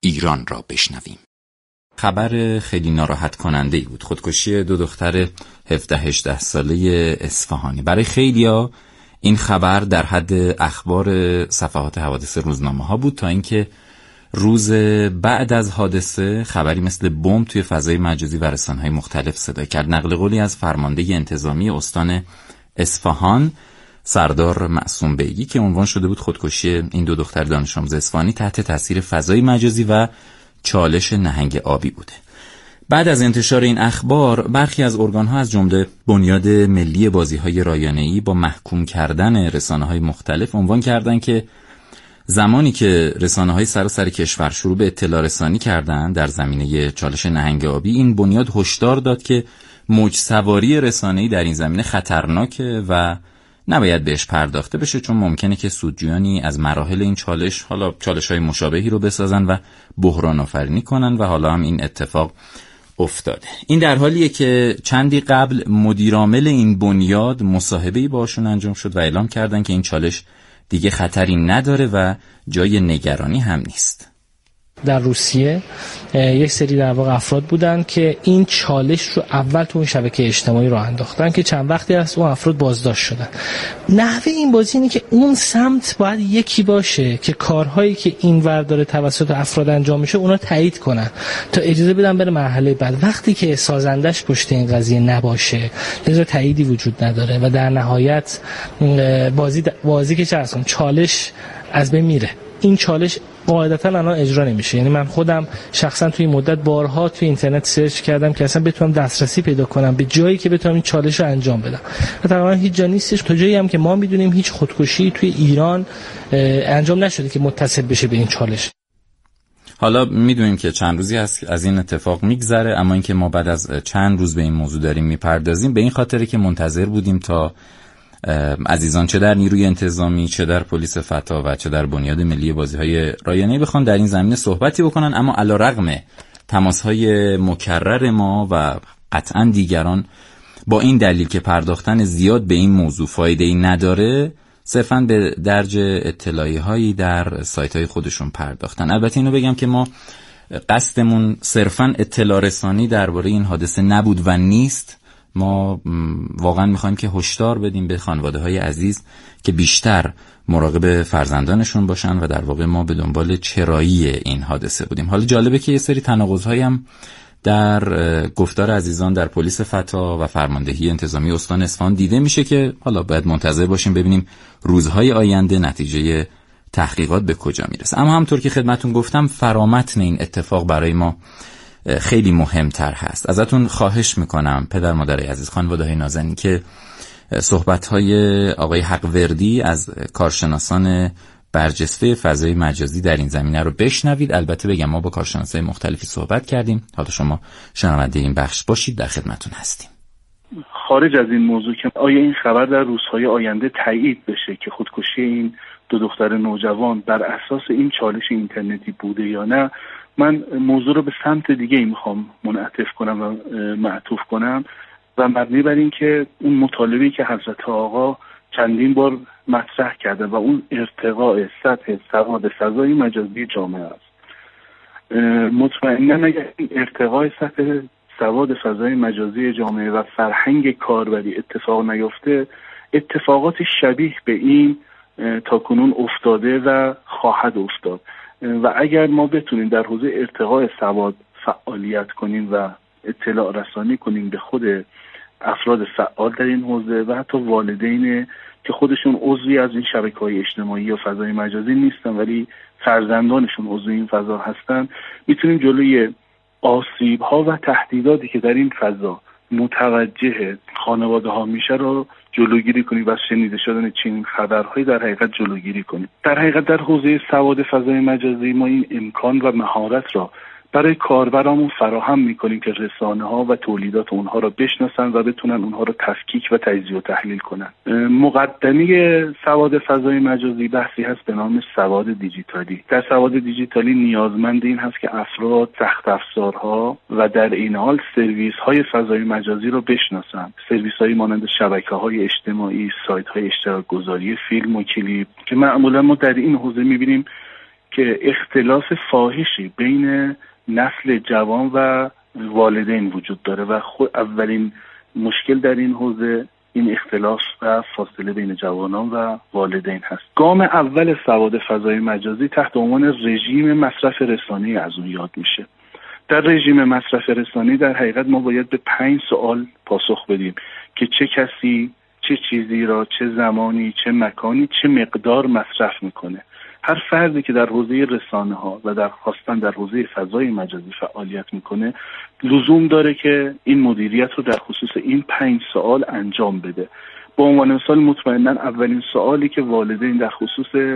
ایران را بشنویم. خبر خیلی ناراحت کننده ای بود. خودکشی دو دختر 17-18 ساله اصفهانی. برای خیلیا این خبر در حد اخبار صفحات حوادث روزنامه ها بود، تا اینکه روز بعد از حادثه خبری مثل بمب توی فضای مجازی و رسانه‌های مختلف صدا کرد. نقل قولی از فرمانده انتظامی استان اصفهان سردار معصوم بیگی که عنوان شده بود خودکشی این دو دختر دانش آموز اصفهانی تحت تاثیر فضای مجازی و چالش نهنگ آبی بوده. بعد از انتشار این اخبار برخی از ارگان‌ها از جمله بنیاد ملی بازی‌های رایانه‌ای با محکوم کردن رسانه‌های مختلف عنوان کردند که زمانی که رسانه‌های سراسر کشور شروع به اطلاع رسانی کردند در زمینه چالش نهنگ آبی، این بنیاد هشدار داد که موج سواری رسانه‌ای در این زمینه خطرناکه و نباید بهش پرداخته بشه، چون ممکنه که سودجویانی از مراحل این چالش حالا چالش‌های مشابهی رو بسازن و بحران آفرینی کنن و حالا هم این اتفاق افتاده. این در حالیه که چندی قبل مدیرعامل این بنیاد مصاحبه‌ای باشون انجام شد و اعلام کردن که این چالش دیگه خطری نداره و جای نگرانی هم نیست. در روسیه یک سری در واقع افراد بودن که این چالش رو اول تو اون شبکه اجتماعی راه انداختن که چند وقتی از اون افراد بازداشت شدن. نحوه این بازی اینه که اون سمت باید یکی باشه که کارهایی که این ور داره توسط افراد انجام میشه اونا تایید کنن تا اجازه بدن بره مرحله بعد. وقتی که سازندش پشت این قضیه نباشه، لذا تاییدی وجود نداره و در نهایت بازی که چالش از بین میره. این چالش قاعدتا الان اجرا نمیشه. یعنی من خودم شخصا توی مدت بارها توی اینترنت سرچ کردم که اصلا بتونم دسترسی پیدا کنم به جایی که بتونم این چالش رو انجام بدم. تقریبا هیچ جا نیستش. تا جایی هم که ما میدونیم هیچ خودکشی توی ایران انجام نشده که متصل بشه به این چالش. حالا میدونیم که چند روزی از این اتفاق میگذره، اما اینکه ما بعد از چند روز به این موضوع داریم میپردازیم به این خاطره که منتظر بودیم تا عزیزان چه در نیروی انتظامی، چه در پلیس فتا و چه در بنیاد ملی بازی‌های رایانه‌ای بخوان در این زمینه صحبتی بکنن، اما علیرغم تماس‌های مکرر ما و قطعاً دیگران با این دلیل که پرداختن زیاد به این موضوع فایده‌ای نداره، صرفاً به درج اطلاعیه‌هایی در سایت‌های خودشون پرداختن. البته اینو بگم که ما قصدمون صرفاً اطلاع رسانی درباره این حادثه نبود و نیست. ما واقعا میخوایم که هشدار بدیم به خانواده‌های عزیز که بیشتر مراقب فرزندانشون باشن و در واقع ما به دنبال چرایی این حادثه بودیم. حالا جالبه که یه سری تناقض‌هایی هم در گفتار عزیزان در پلیس فتا و فرماندهی انتظامی استان اصفهان دیده میشه که حالا باید منتظر باشیم ببینیم روزهای آینده نتیجه تحقیقات به کجا میرسه. اما همونطور که خدمتون گفتم فرامتن این اتفاق برای ما خیلی مهمتر هست. ازتون خواهش میکنم پدر مادر عزیز، خانواده‌های نازنین، که صحبت‌های آقای حقوردی از کارشناسان برجسته فضای مجازی در این زمینه رو بشنوید. البته بگم ما با کارشناسای مختلفی صحبت کردیم. حالا شما شنونده این بخش باشید، در خدمتتون هستیم. خارج از این موضوع که آیا این خبر در روزهای آینده تایید بشه که خودکشی این دو دختر نوجوان بر اساس این چالش اینترنتی بوده یا نه، من موضوع رو به سمت دیگه میخوام منعطف کنم و معطوف کنم و مبنی بر این که اون مطالبه‌ای که حضرت آقا چندین بار مطرح کرده و اون ارتقاء سطح سواد فضای مجازی جامعه است. مطمئنا اگر این ارتقاء سطح سواد فضای مجازی جامعه و فرهنگ کاربری اتفاق نیفته، اتفاقات شبیه به این تاکنون افتاده و خواهد افتاد. و اگر ما بتونیم در حوزه ارتقاء سواد فعالیت کنیم و اطلاع رسانی کنیم به خود افراد فعال در این حوزه و حتی والدین که خودشون عضوی از این شبکه‌های اجتماعی و فضای مجازی نیستن ولی فرزندانشون عضوی این فضا هستن، میتونیم جلوی آسیب‌ها و تهدیداتی که در این فضا متوجه خانواده‌ها میشه رو جلوگیری کنیم و از شنیده شدن چنین خبرهایی در حقیقت جلوگیری کنیم. در حقیقت در حوزه سواد فضای مجازی ما این امکان و مهارت را برای کاربرامون فراهم میکنیم که رسانه‌ها و تولیدات اونها را بشناسن و بتونن اونها را تفکیک و تجزیه و تحلیل کنن. مقدمه سواد فضای مجازی بحثی هست به نام سواد دیجیتالی. در سواد دیجیتالی نیازمند این هست که افراد سخت افزارها و در این حال سرویس‌های فضای مجازی را بشناسن. سرویس‌هایی مانند شبکه‌های اجتماعی، سایت‌های اشتراک گذاری فیلم و کلیپ که معمولا ما در این حوزه می‌بینیم که اختلاف فاحشی بین نسل جوان و والدین وجود داره و اولین مشکل در این حوزه این اختلاف و فاصله بین جوانان و والدین هست. گام اول سواد فضای مجازی تحت عنوان رژیم مصرف رسانه‌ای از اون یاد میشه. در رژیم مصرف رسانه‌ای در حقیقت ما باید به 5 سوال پاسخ بدیم که چه کسی چه چیزی را چه زمانی چه مکانی چه مقدار مصرف میکنه. هر فردی که در حوزه رسانه‌ها و خاصتاً در حوزه فضای مجازی فعالیت میکنه لزوم داره که این مدیریت رو در خصوص این 5 سوال انجام بده. به عنوان مثال مطمئناً اولین سوالی که والدین در خصوص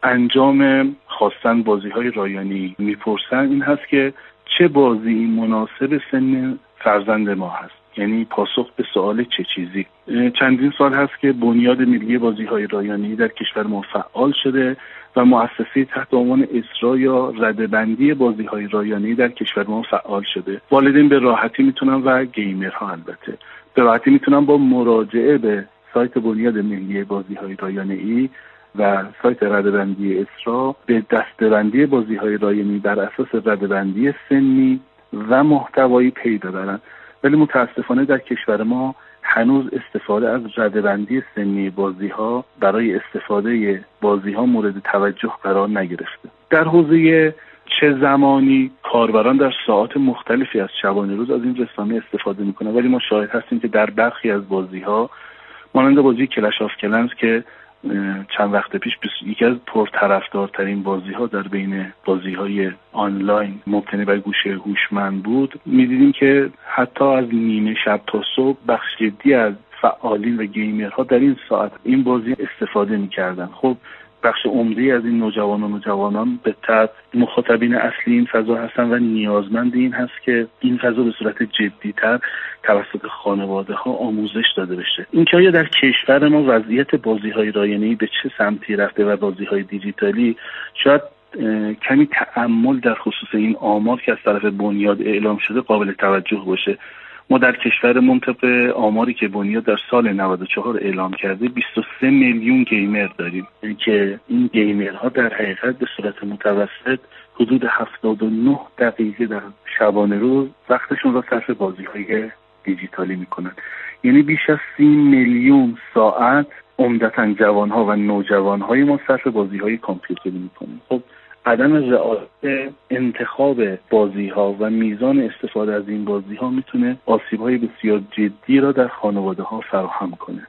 انجام خواستن بازی‌های رایانه‌ای میپرسن این هست که چه بازی مناسب سن فرزند ما هست، یعنی پاسخ به سوال چه چیزی. چندین سال هست که بنیاد ملی بازی‌های رایانه‌ای در کشور ما فعال شده و مؤسسه تحت عنوان اسرا یا رده‌بندی بازی‌های رایانه‌ای در کشور ما فعال شده. والدین به راحتی میتونن و گیمرها البته به راحتی میتونن با مراجعه به سایت بنیاد ملی بازی‌های رایانه‌ای و سایت رده‌بندی اسرا به دسته‌بندی بازی‌های رایانه‌ای بر اساس رده‌بندی سنی و محتوایی پی ببرن. ولی متاسفانه در کشور ما هنوز استفاده از رده‌بندی سنی بازی‌ها برای استفاده بازی‌ها مورد توجه قرار نگرفته. در حوزه چه زمانی کاربران در ساعات مختلفی از شبانه روز از این رسانه استفاده می‌کنند، ولی ما شاهد هستیم که در برخی از بازی‌ها مانند بازی کلش آف کلنز که چند وقت پیش یکی از پرطرفدارترین بازی‌ها در بین بازی‌های آنلاین مبتنی بر گوشه هوشمند بود، می‌دیدیم که حتی از نیمه شب تا صبح بخش جدی از فعالین و گیمرها در این ساعت این بازی استفاده می‌کردن. خب بخش عمده از این نوجوانان به تبع مخاطبین اصلی این فضا هستن و نیازمند این هست که این فضا به صورت جدی‌تر توسط خانواده‌ها آموزش داده بشه. اینکه آیا در کشور ما وضعیت بازی‌های رایانه‌ای به چه سمتی رفته و بازی‌های دیجیتالی، شاید کمی تأمل در خصوص این آمار که از طرف بنیاد اعلام شده قابل توجه باشه. ما در کشورمون طبق آماری که بنیاد در سال 94 اعلام کرده 23 میلیون گیمر داریم که این گیمرها در حقیقت به صورت متوسط حدود 79 دقیقه در شبانه روز وقتشون را صرف بازی‌های دیجیتالی میکنن. یعنی بیش از 30 میلیون ساعت عمدتاً جوانها و نوجوانهای ما صرف بازی‌های کامپیوتری میکنن. خب عدم رعایت انتخاب بازی‌ها و میزان استفاده از این بازی‌ها میتونه آسیب‌های بسیار جدی را در خانواده‌ها فراهم کنه.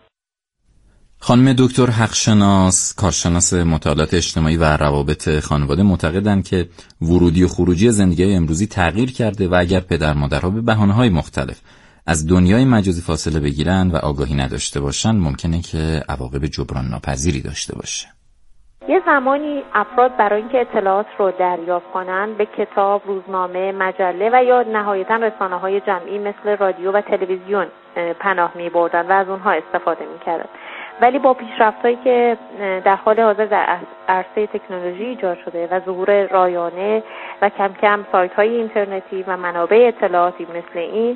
خانم دکتر حقشناس، کارشناس مطالعات اجتماعی و روابط خانواده، معتقدند که ورودی و خروجی زندگی امروزی تغییر کرده و اگر پدر مادرها به بهانه‌های مختلف از دنیای مجازی فاصله بگیرن و آگاهی نداشته باشن ممکنه که عواقب جبران ناپذیری داشته باشه. یه زمانی افراد برای اینکه اطلاعات رو دریافت کنن به کتاب، روزنامه، مجله و یا نهایتاً رسانه‌های جمعی مثل رادیو و تلویزیون پناه می‌بردن و از اونها استفاده می‌کردن. ولی با پیشرفت‌هایی که در حال حاضر در عرصه تکنولوژی ایجاد شده و ظهور رایانه و کم کم سایت‌های اینترنتی و منابع اطلاعاتی مثل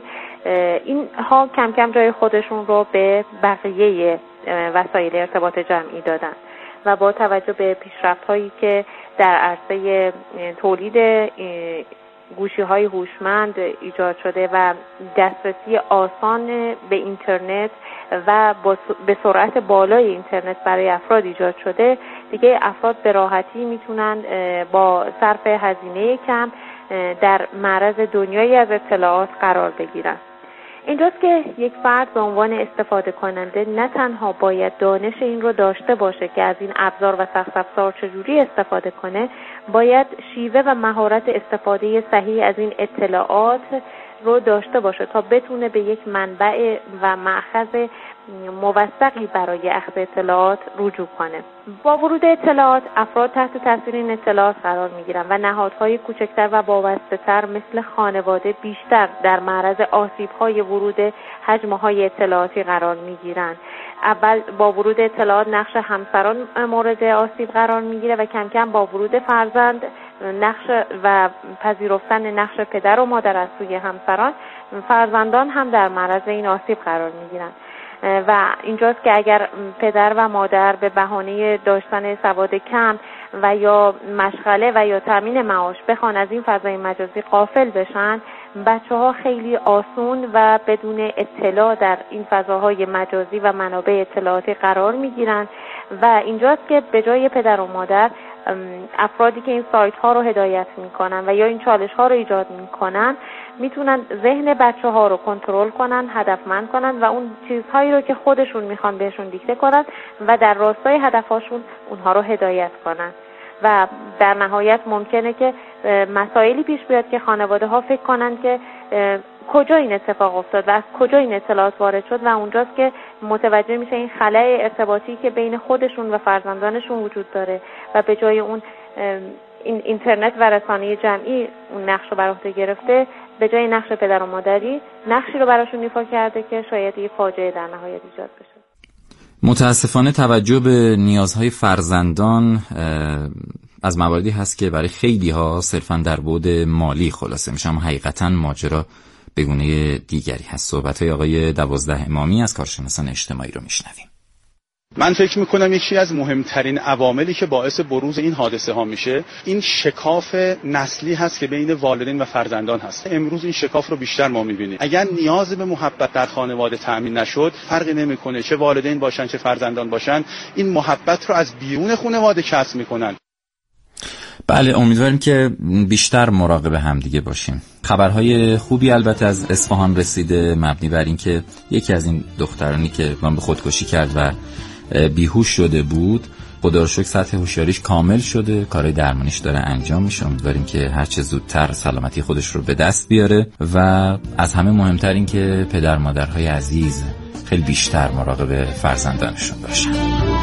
اینها کم کم جای خودشون رو به بقیه وسایل ارتباط جمعی دادن و با توجه به پیشرفت‌هایی که در عرصه تولید گوشی‌های هوشمند ایجاد شده و دسترسی آسان به اینترنت و به سرعت بالای اینترنت برای افراد ایجاد شده، دیگه افراد به راحتی میتونن با صرف هزینه کم در معرض دنیایی از اطلاعات قرار بگیرن. اینجاست که یک فرد به عنوان استفاده کننده نه تنها باید دانش این رو داشته باشه که از این ابزار و سخت افزار چجوری استفاده کنه، باید شیوه و مهارت استفاده صحیح از این اطلاعات رو داشته باشه تا بتونه به یک منبع و مأخذ موثقی برای اخذ اطلاعات رجوع کنه. با ورود اطلاعات افراد تحت تاثیر این اطلاعات قرار میگیرن و نهادهای کوچکتر و وابسته‌تر مثل خانواده بیشتر در معرض آسیب‌های ورود حجم‌های اطلاعاتی قرار میگیرن. اول با ورود اطلاعات نقش همسران مورد آسیب قرار میگیره و کم کم با ورود فرزند نقش و پذیرفتن نقش پدر و مادر از سوی همسران، فرزندان هم در معرض این آسیب قرار میگیرن. و اینجاست که اگر پدر و مادر به بهانه داشتن سواد کم و یا مشغله و یا تامین معاش بخوان از این فضای مجازی غافل بشن، بچه‌ها خیلی آسون و بدون اطلاع در این فضاهای مجازی و منابع اطلاعاتی قرار میگیرن و اینجاست که به جای پدر و مادر افرادی که این سایت ها رو هدایت میکنن و یا این چالش ها رو ایجاد میکنن میتونن ذهن بچه ها رو کنترل کنن، هدفمند کنن و اون چیزهایی رو که خودشون میخوان بهشون دیکته کنن و در راستای هدفهاشون اونها رو هدایت کنن و در نهایت ممکنه که مسائلی پیش بیاد که خانواده ها فکر کنن که کجا این اتفاق افتاد و از کجا این اطلاعات وارد شد و اونجاست که متوجه میشه این خلأ ارتباطی که بین خودشون و فرزندانشون وجود داره و به جای اون این اینترنت و رسانه جمعی اون نقش رو بر عهده گرفته، به جای نقش پدر و مادری نقشی رو براشون ایفا کرده که شاید یه فاجعه در نهایت ایجاد بشه. متاسفانه توجه به نیازهای فرزندان از مواردی هست که برای خیلی ها صرفاً در بعد مالی خلاصه میشه، اما حقیقتاً ماجرا به گونه دیگری هست. صحبت‌های آقای 12 امامی از کارشناسان اجتماعی رو میشنویم. من فکر میکنم یکی از مهمترین عواملی که باعث بروز این حادثه ها میشه این شکاف نسلی هست که بین والدین و فرزندان هست. امروز این شکاف رو بیشتر ما میبینیم. اگر نیاز به محبت در خانواده تامین نشد، فرقی نمیکنه چه والدین باشن چه فرزندان باشن، این محبت رو از بیرون خانواده کسب میکنن. بله، امیدواریم که بیشتر مراقب همدیگه باشیم. خبرهای خوبی البته از اصفهان رسیده، مبنی بر این که یکی از این دخترانی که اقدام به خودکشی کرد و بیهوش شده بود، خدا رو شکر سطح هوشیاریش کامل شده، کارهای درمانیش داره انجام میشه. امیدواریم که هر چه زودتر سلامتی خودش رو به دست بیاره و از همه مهمتر این که پدر مادرهای عزیز خیلی بیشتر مراقب فرزندانشون باشن.